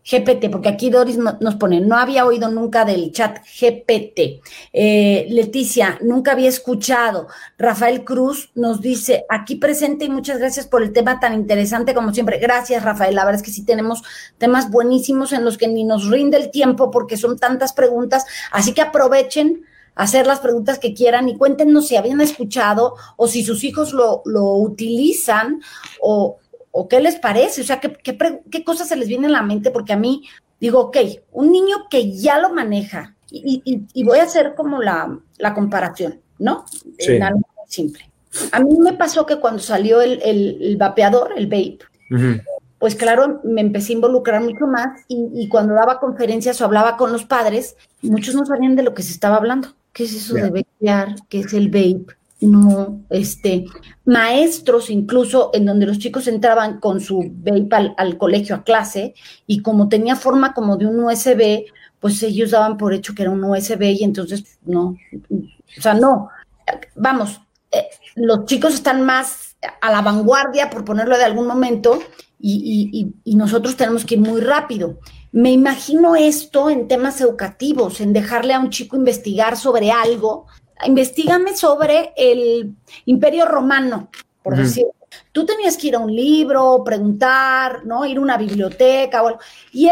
GPT, porque aquí Doris nos pone, no había oído nunca del chat GPT. Leticia, nunca había escuchado. Rafael Cruz nos dice, aquí presente y muchas gracias por el tema tan interesante como siempre. Gracias, Rafael. La verdad es que sí tenemos temas buenísimos en los que ni nos rinde el tiempo porque son tantas preguntas. Así que aprovechen a hacer las preguntas que quieran y cuéntenos si habían escuchado o si sus hijos lo utilizan o qué les parece, o sea, qué cosas se les viene a la mente, porque a mí digo, ok, un niño que ya lo maneja, y voy a hacer como la comparación, ¿no? Sí. En algo muy simple. A mí me pasó que cuando salió el vapeador, el vape, pues claro, me empecé a involucrar mucho más, y cuando daba conferencias o hablaba con los padres, muchos no sabían de lo que se estaba hablando. ¿Qué es eso de vapear? ¿Qué es el vape? No, maestros incluso en donde los chicos entraban con su vape al colegio a clase y como tenía forma como de un USB, pues ellos daban por hecho que era un USB y entonces no, o sea, no, vamos, los chicos están más a la vanguardia, por ponerlo de algún momento, y nosotros tenemos que ir muy rápido. Me imagino esto en temas educativos, en dejarle a un chico investigar sobre algo. Investígame sobre el Imperio Romano, por decir. Tú tenías que ir a un libro, preguntar, ¿no? Ir a una biblioteca o algo. Y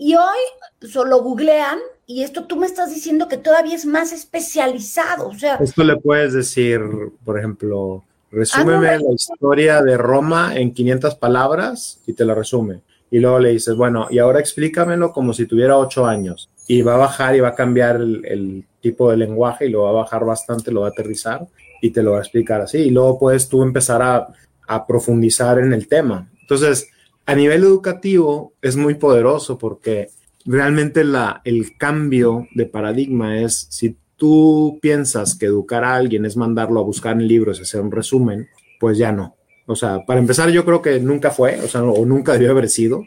hoy solo googlean, y esto tú me estás diciendo que todavía es más especializado. O sea, esto le puedes decir, por ejemplo, resúmeme la historia de Roma en 500 palabras y te la resume. Y luego le dices, bueno, y ahora explícamelo como si tuviera 8 años. Y va a bajar y va a cambiar el tipo de lenguaje y lo va a bajar bastante, lo va a aterrizar y te lo va a explicar así. Y luego puedes tú empezar a profundizar en el tema. Entonces, a nivel educativo es muy poderoso porque realmente el cambio de paradigma es, si tú piensas que educar a alguien es mandarlo a buscar en libros y hacer un resumen, pues ya no. O sea, para empezar, yo creo que nunca fue, o sea, o nunca debió haber sido,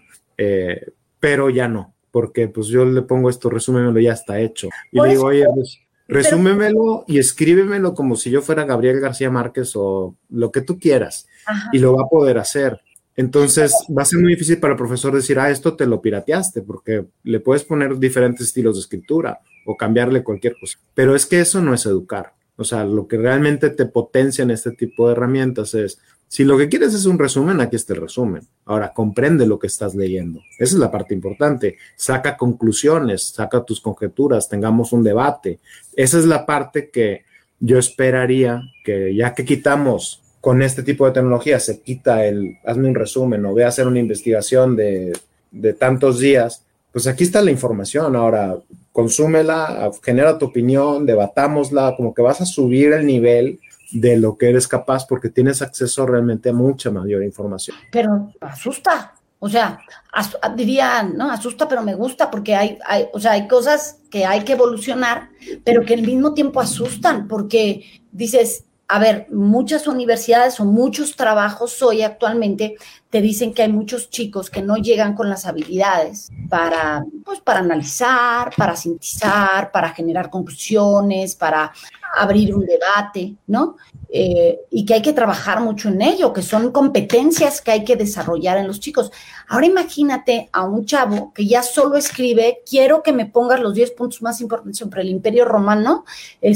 pero ya no, porque pues yo le pongo esto, resúmemelo, ya está hecho. Y le digo, oye, pues resúmemelo y escríbemelo como si yo fuera Gabriel García Márquez o lo que tú quieras, y lo va a poder hacer. Entonces va a ser muy difícil para el profesor decir, esto te lo pirateaste, porque le puedes poner diferentes estilos de escritura o cambiarle cualquier cosa. Pero es que eso no es educar. O sea, lo que realmente te potencia en este tipo de herramientas es, si lo que quieres es un resumen, aquí está el resumen. Ahora, comprende lo que estás leyendo. Esa es la parte importante. Saca conclusiones, saca tus conjeturas, tengamos un debate. Esa es la parte que yo esperaría que, ya que quitamos con este tipo de tecnología, se quita hazme un resumen o ve a hacer una investigación de tantos días, pues aquí está la información. Ahora, consúmela, genera tu opinión, debatámosla, como que vas a subir el nivel de lo que eres capaz porque tienes acceso realmente a mucha mayor información. Pero asusta, o sea, diría, no, asusta, pero me gusta porque hay cosas que hay que evolucionar, pero que al mismo tiempo asustan porque dices, a ver, muchas universidades o muchos trabajos hoy actualmente te dicen que hay muchos chicos que no llegan con las habilidades para analizar, para sintetizar, para generar conclusiones, para abrir un debate, ¿no? Y que hay que trabajar mucho en ello, que son competencias que hay que desarrollar en los chicos. Ahora imagínate a un chavo que ya solo escribe, quiero que me pongas los 10 puntos más importantes sobre el Imperio Romano,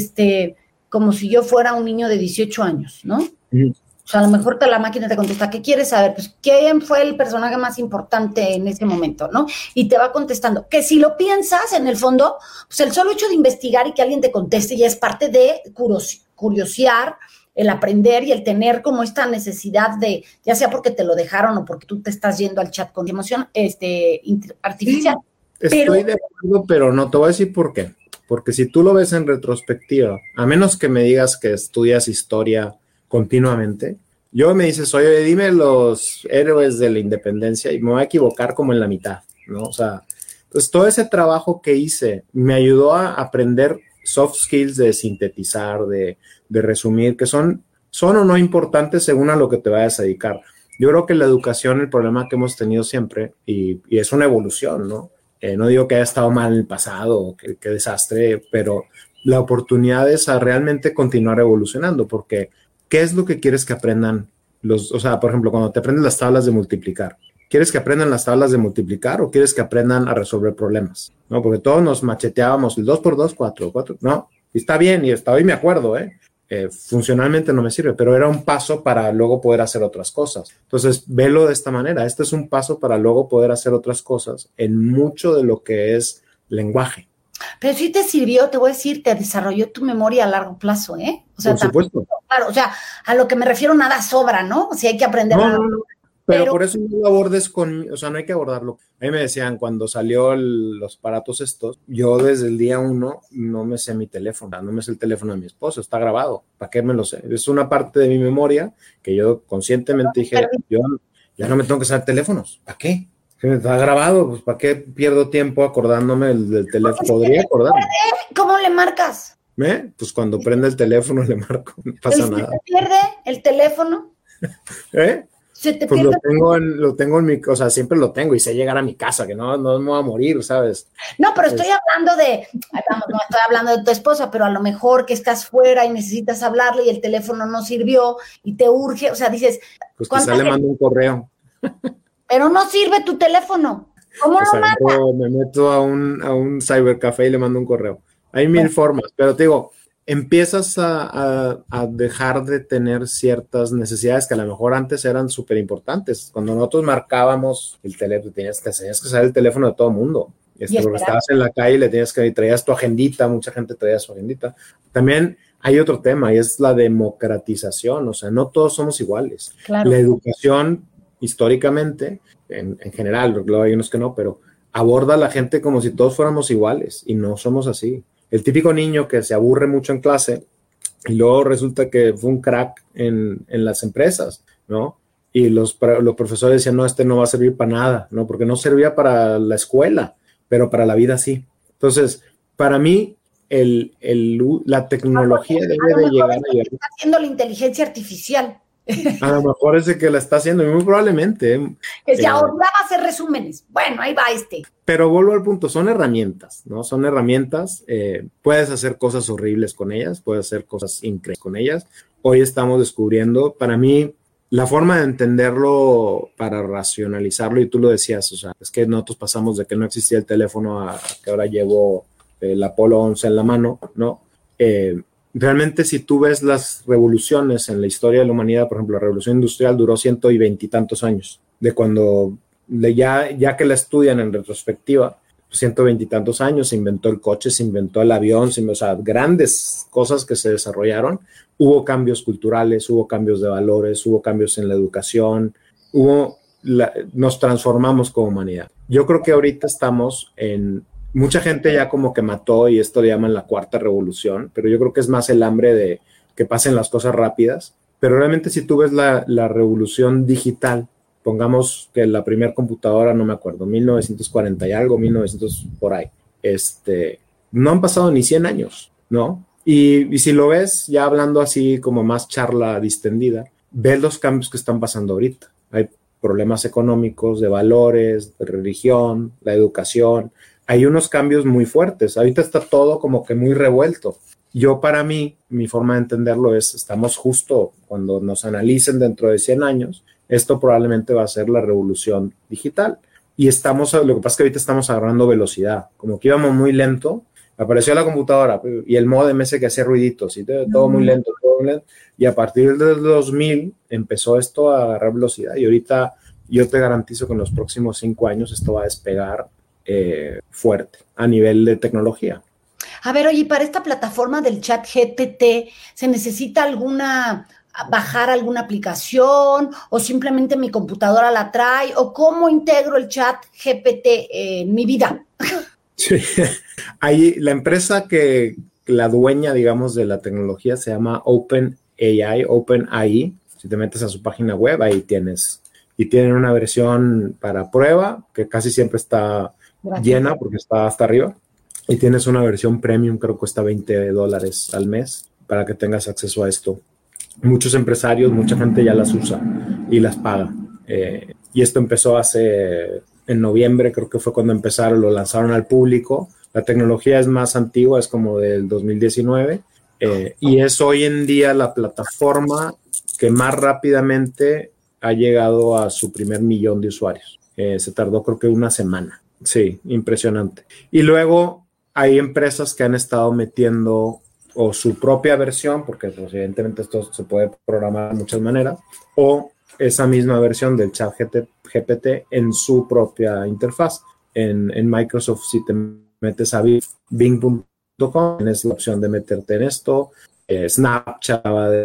como si yo fuera un niño de 18 años, ¿no? O sea, a lo mejor la máquina te contesta, ¿qué quieres saber? Pues, ¿quién fue el personaje más importante en ese momento, no? Y te va contestando. Que si lo piensas, en el fondo, pues el solo hecho de investigar y que alguien te conteste ya es parte de curiosear, el aprender y el tener como esta necesidad de, ya sea porque te lo dejaron o porque tú te estás yendo al chat con emoción artificial. Sí, estoy de acuerdo, pero no te voy a decir por qué. Porque si tú lo ves en retrospectiva, a menos que me digas que estudias historia continuamente, yo me dices, oye, dime los héroes de la independencia y me voy a equivocar como en la mitad, ¿no? O sea, pues todo ese trabajo que hice me ayudó a aprender soft skills de sintetizar, de resumir, que son o no importantes según a lo que te vayas a dedicar. Yo creo que la educación, el problema que hemos tenido siempre, y es una evolución, ¿no? No digo que haya estado mal en el pasado, que desastre, pero la oportunidad es a realmente continuar evolucionando, porque ¿qué es lo que quieres que aprendan o sea, por ejemplo, cuando te aprendes las tablas de multiplicar? ¿Quieres que aprendan las tablas de multiplicar o quieres que aprendan a resolver problemas? ¿No? Porque todos nos macheteábamos el 2 por 2, 4, no, y está bien, y hasta hoy me acuerdo, funcionalmente no me sirve, pero era un paso para luego poder hacer otras cosas. Entonces, velo de esta manera, este es un paso para luego poder hacer otras cosas en mucho de lo que es lenguaje. Pero sí te sirvió, te voy a decir, te desarrolló tu memoria a largo plazo, ¿eh? O sea, por supuesto. Claro, o sea, a lo que me refiero nada sobra, ¿no? O sea, hay que aprender no. Pero por eso no lo abordes o sea, no hay que abordarlo. A mí me decían cuando salió los aparatos estos, yo desde el día 1 no me sé mi teléfono, no me sé el teléfono de mi esposo, está grabado, ¿para qué me lo sé? Es una parte de mi memoria que yo conscientemente dije, yo ya no me tengo que saber teléfonos, ¿para qué? Está grabado, pues ¿para qué pierdo tiempo acordándome del teléfono? Podría acordarme. ¿Cómo le marcas? Pues cuando prende el teléfono le marco, no pasa nada. ¿Se te pierde el teléfono? Se te pierde. Lo tengo en mi, o sea, siempre lo tengo y sé llegar a mi casa, que no me voy a morir, ¿sabes? No, pero estoy hablando no estoy hablando de tu esposa, pero a lo mejor que estás fuera y necesitas hablarle y el teléfono no sirvió y te urge, o sea, dices... Pues quizá le mando un correo. Pero no sirve tu teléfono. ¿Cómo pues lo mandas? Me meto a un cybercafé y le mando un correo. Hay mil formas, pero te digo, empiezas a dejar de tener ciertas necesidades que a lo mejor antes eran súper importantes. Cuando nosotros marcábamos el teléfono, tenías que saber el teléfono de todo el mundo. Porque estabas en la calle y traías tu agendita, mucha gente traía su agendita. También hay otro tema y es la democratización, o sea, no todos somos iguales. Claro. La educación, históricamente, en general, luego hay unos que no, pero aborda a la gente como si todos fuéramos iguales y no somos así. El típico niño que se aburre mucho en clase y luego resulta que fue un crack en las empresas, ¿no? Y los profesores decían, no, no va a servir para nada, ¿no? Porque no servía para la escuela, pero para la vida sí. Entonces, para mí, la tecnología debe de llegar a llegar. Está haciendo la inteligencia artificial. A lo mejor es el que la está haciendo, y muy probablemente. Que se ahorraba hacer resúmenes. Bueno, ahí va Pero vuelvo al punto, son herramientas, ¿no? Son herramientas, puedes hacer cosas horribles con ellas, puedes hacer cosas increíbles con ellas. Hoy estamos descubriendo, para mí, la forma de entenderlo para racionalizarlo, y tú lo decías, o sea, es que nosotros pasamos de que no existía el teléfono a que ahora llevo el Apolo 11 en la mano, ¿no? Realmente, si tú ves las revoluciones en la historia de la humanidad, por ejemplo, la revolución industrial duró 120 y tantos años, de cuando ya que la estudian en retrospectiva, 120 y tantos años, se inventó el coche, se inventó el avión, o sea, grandes cosas que se desarrollaron. Hubo cambios culturales, hubo cambios de valores, hubo cambios en la educación, nos transformamos como humanidad. Yo creo que ahorita estamos mucha gente ya como que mató, y esto le llaman la cuarta revolución, pero yo creo que es más el hambre de que pasen las cosas rápidas. Pero realmente, si tú ves la revolución digital, pongamos que la primera computadora, no me acuerdo, 1940 y algo, 1900 por ahí, no han pasado ni 100 años, ¿no? Y si lo ves, ya hablando así como más charla distendida, ves los cambios que están pasando ahorita. Hay problemas económicos, de valores, de religión, la educación. Hay unos cambios muy fuertes. Ahorita está todo como que muy revuelto. Para mí, mi forma de entenderlo es, estamos justo cuando nos analicen dentro de 100 años, esto probablemente va a ser la revolución digital. Y lo que pasa es que ahorita estamos agarrando velocidad. Como que íbamos muy lento, apareció la computadora y el módem ese que hacía ruiditos y todo muy lento, y a partir del 2000 empezó esto a agarrar velocidad, y ahorita yo te garantizo que en los próximos 5 años esto va a despegar fuerte a nivel de tecnología. A ver, oye, para esta plataforma del chat GPT, ¿se necesita bajar alguna aplicación o simplemente mi computadora la trae? ¿O cómo integro el chat GPT en mi vida? Sí, ahí la empresa la dueña, digamos, de la tecnología se llama OpenAI. Si te metes a su página web, ahí tienes. Y tienen una versión para prueba, que casi siempre está llena porque está hasta arriba. Y tienes una versión premium, creo que cuesta $20 al mes para que tengas acceso a esto. Muchos empresarios, mucha gente ya las usa y las paga. Y esto empezó en noviembre, creo que fue cuando empezaron, lo lanzaron al público. La tecnología es más antigua, es como del 2019. Y es hoy en día la plataforma que más rápidamente ha llegado a su primer 1 millón de usuarios. Se tardó creo que una semana. Sí, impresionante. Y luego hay empresas que han estado metiendo o su propia versión, porque pues, evidentemente esto se puede programar de muchas maneras, o esa misma versión del chat GPT en su propia interfaz. En Microsoft, si te metes a Bing.com, tienes la opción de meterte en esto. Snapchat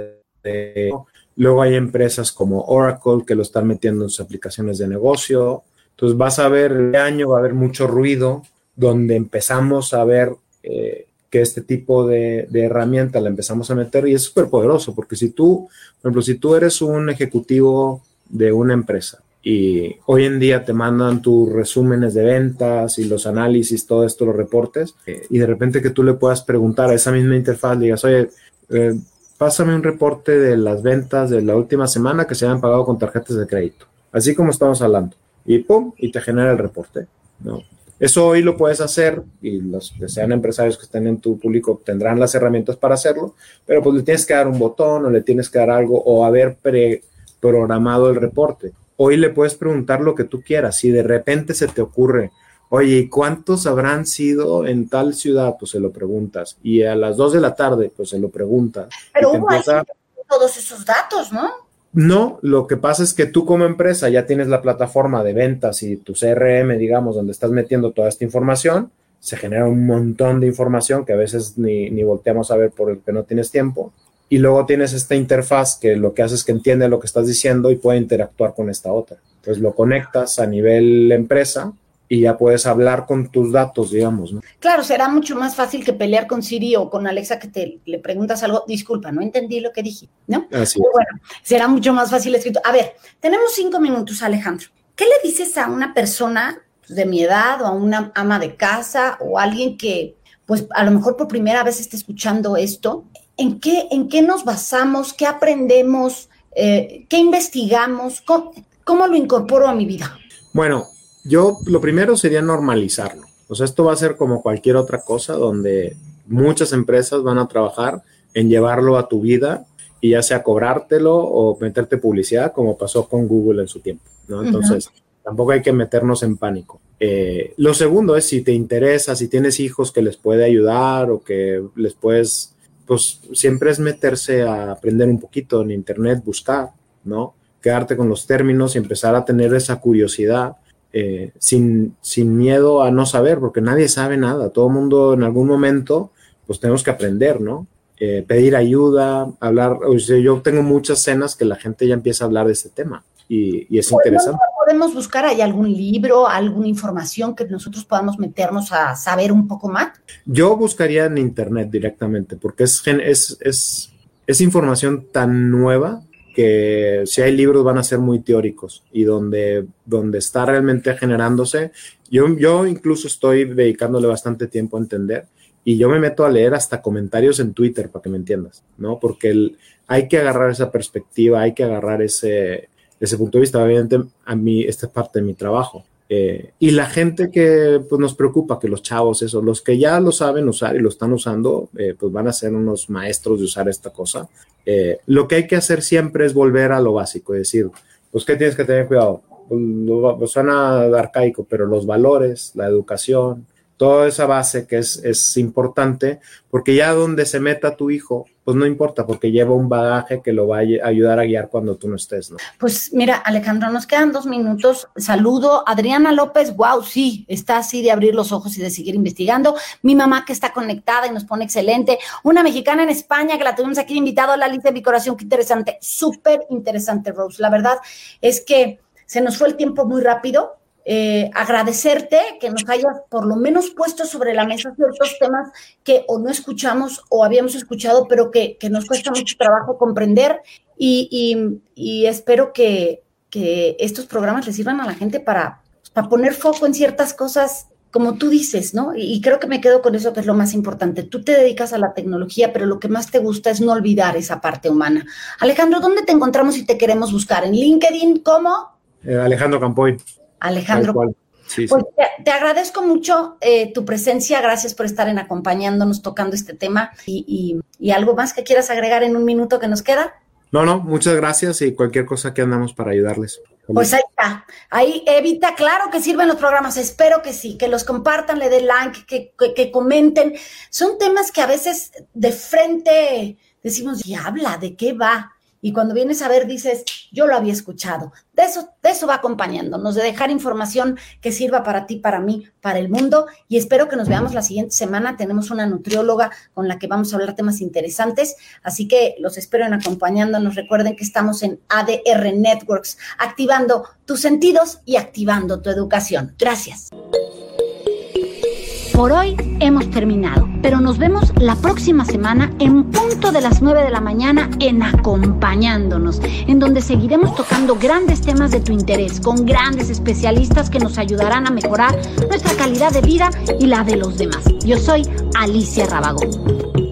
luego hay empresas como Oracle que lo están metiendo en sus aplicaciones de negocio. Entonces vas a ver, este año va a haber mucho ruido donde empezamos a ver que este tipo de herramienta la empezamos a meter y es súper poderoso porque si tú, por ejemplo, si tú eres un ejecutivo de una empresa y hoy en día te mandan tus resúmenes de ventas y los análisis, todo esto, los reportes, y de repente que tú le puedas preguntar a esa misma interfaz, le digas, oye, pásame un reporte de las ventas de la última semana que se hayan pagado con tarjetas de crédito, así como estamos hablando, y pum, y te genera el reporte, ¿no? Eso hoy lo puedes hacer y los que sean empresarios que estén en tu público tendrán las herramientas para hacerlo, pero pues le tienes que dar un botón o le tienes que dar algo o haber preprogramado el reporte. Hoy le puedes preguntar lo que tú quieras. Si de repente se te ocurre, oye, ¿y cuántos habrán sido en tal ciudad? Pues se lo preguntas. Y a las 2 de la tarde, pues se lo preguntas. Pero hubo todos esos datos, ¿no? No, lo que pasa es que tú como empresa ya tienes la plataforma de ventas y tu CRM, digamos, donde estás metiendo toda esta información. Se genera un montón de información que a veces ni volteamos a ver por el que no tienes tiempo. Y luego tienes esta interfaz que lo que hace es que entiende lo que estás diciendo y puede interactuar con esta otra. Entonces lo conectas a nivel empresa y ya puedes hablar con tus datos, digamos, ¿no? Claro, será mucho más fácil que pelear con Siri o con Alexa que le preguntas algo, disculpa, no entendí lo que dije, ¿no? Así es. Bueno, será mucho más fácil escrito. A ver, tenemos 5 minutos, Alejandro. ¿Qué le dices a una persona de mi edad o a una ama de casa o a alguien que, pues, a lo mejor por primera vez está escuchando esto? ¿En qué nos basamos? ¿Qué aprendemos? ¿Qué investigamos? ¿Cómo lo incorporo a mi vida? Bueno, yo lo primero sería normalizarlo. O sea, esto va a ser como cualquier otra cosa donde muchas empresas van a trabajar en llevarlo a tu vida y ya sea cobrártelo o meterte publicidad como pasó con Google en su tiempo, ¿no? Entonces, tampoco hay que meternos en pánico. Lo segundo es si te interesa, si tienes hijos que les puede ayudar o que les puedes, pues siempre es meterse a aprender un poquito en internet, buscar, ¿no? Quedarte con los términos y empezar a tener esa curiosidad. Sin miedo a no saber, porque nadie sabe nada. Todo el mundo en algún momento, pues tenemos que aprender, ¿no? Pedir ayuda, hablar. O sea, yo tengo muchas cenas que la gente ya empieza a hablar de este tema y es interesante. ¿Podemos buscar ahí algún libro, alguna información que nosotros podamos meternos a saber un poco más? Yo buscaría en internet directamente, porque es información tan nueva que si hay libros van a ser muy teóricos y donde está realmente generándose. Yo incluso estoy dedicándole bastante tiempo a entender y yo me meto a leer hasta comentarios en Twitter para que me entiendas, ¿no? Porque hay que agarrar esa perspectiva, hay que agarrar ese punto de vista. Obviamente a mí esta es parte de mi trabajo. Y la gente que pues, nos preocupa, que los chavos, los que ya lo saben usar y lo están usando, pues van a ser unos maestros de usar esta cosa. Lo que hay que hacer siempre es volver a lo básico, es decir, pues ¿qué tienes que tener cuidado? Pues, suena arcaico, pero los valores, la educación, toda esa base que es importante, porque ya donde se meta tu hijo, pues no importa, porque lleva un bagaje que lo va a ayudar a guiar cuando tú no estés, ¿no? Pues mira, Alejandro, nos quedan 2 minutos. Saludo. Adriana López, wow, sí, está así de abrir los ojos y de seguir investigando. Mi mamá que está conectada y nos pone excelente. Una mexicana en España que la tuvimos aquí invitado a la lista de mi corazón, qué interesante, súper interesante, Rose. La verdad es que se nos fue el tiempo muy rápido. Agradecerte que nos hayas por lo menos puesto sobre la mesa ciertos temas que o no escuchamos o habíamos escuchado, pero que nos cuesta mucho trabajo comprender y espero que estos programas le sirvan a la gente para poner foco en ciertas cosas, como tú dices, ¿no? Y creo que me quedo con eso, que es lo más importante. Tú te dedicas a la tecnología, pero lo que más te gusta es no olvidar esa parte humana. Alejandro, ¿dónde te encontramos si te queremos buscar? ¿En LinkedIn? ¿Cómo? Alejandro Campoy. Alejandro, sí, pues sí. Te agradezco mucho tu presencia, gracias por estar acompañándonos, tocando este tema y algo más que quieras agregar en 1 minuto que nos queda. No, muchas gracias y cualquier cosa que andamos para ayudarles. Pues ahí está. Ahí, Evita, claro que sirven los programas, espero que sí, que los compartan, le den like, que comenten. Son temas que a veces de frente decimos, diabla, ¿de qué va? Y cuando vienes a ver dices, yo lo había escuchado. De eso va acompañándonos, de dejar información que sirva para ti, para mí, para el mundo. Y espero que nos veamos la siguiente semana. Tenemos una nutrióloga con la que vamos a hablar temas interesantes. Así que los espero en acompañándonos. Recuerden que estamos en ADR Networks, activando tus sentidos y activando tu educación. Gracias. Por hoy hemos terminado, pero nos vemos la próxima semana en punto de las 9 de la mañana en Acompañándonos, en donde seguiremos tocando grandes temas de tu interés, con grandes especialistas que nos ayudarán a mejorar nuestra calidad de vida y la de los demás. Yo soy Alicia Rábago.